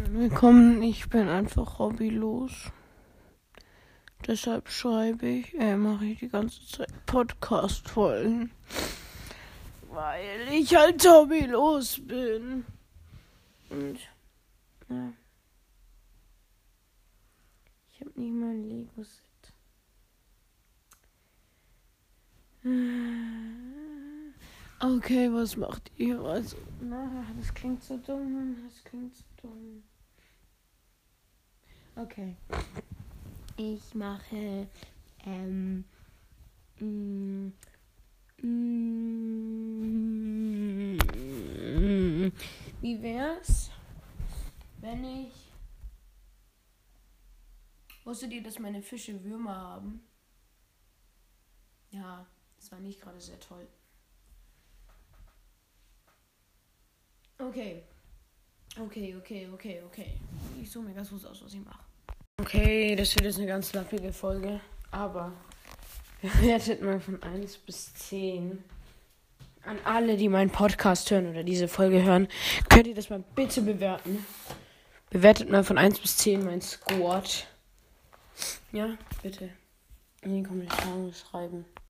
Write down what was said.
Willkommen, ich bin einfach hobbylos. Deshalb mache ich die ganze Zeit Podcast-Folgen. Weil ich halt hobbylos bin. Und, ja. Ich habe nicht mal ein Lego-Set. Okay, was macht ihr? Also, das klingt so dumm. Okay. Ich mache, wie wär's, wenn ich... Wusstet ihr, dass meine Fische Würmer haben? Ja, das war nicht gerade sehr toll. Okay. Ich suche mir ganz kurz aus, was ich mache. Okay, das wird jetzt eine ganz lappige Folge, aber bewertet mal von 1 bis 10. An alle, die meinen Podcast hören oder diese Folge hören, könnt ihr das mal bitte bewerten. Bewertet mal von 1 bis 10 mein Squad. Ja, bitte. In den Kommentaren schreiben.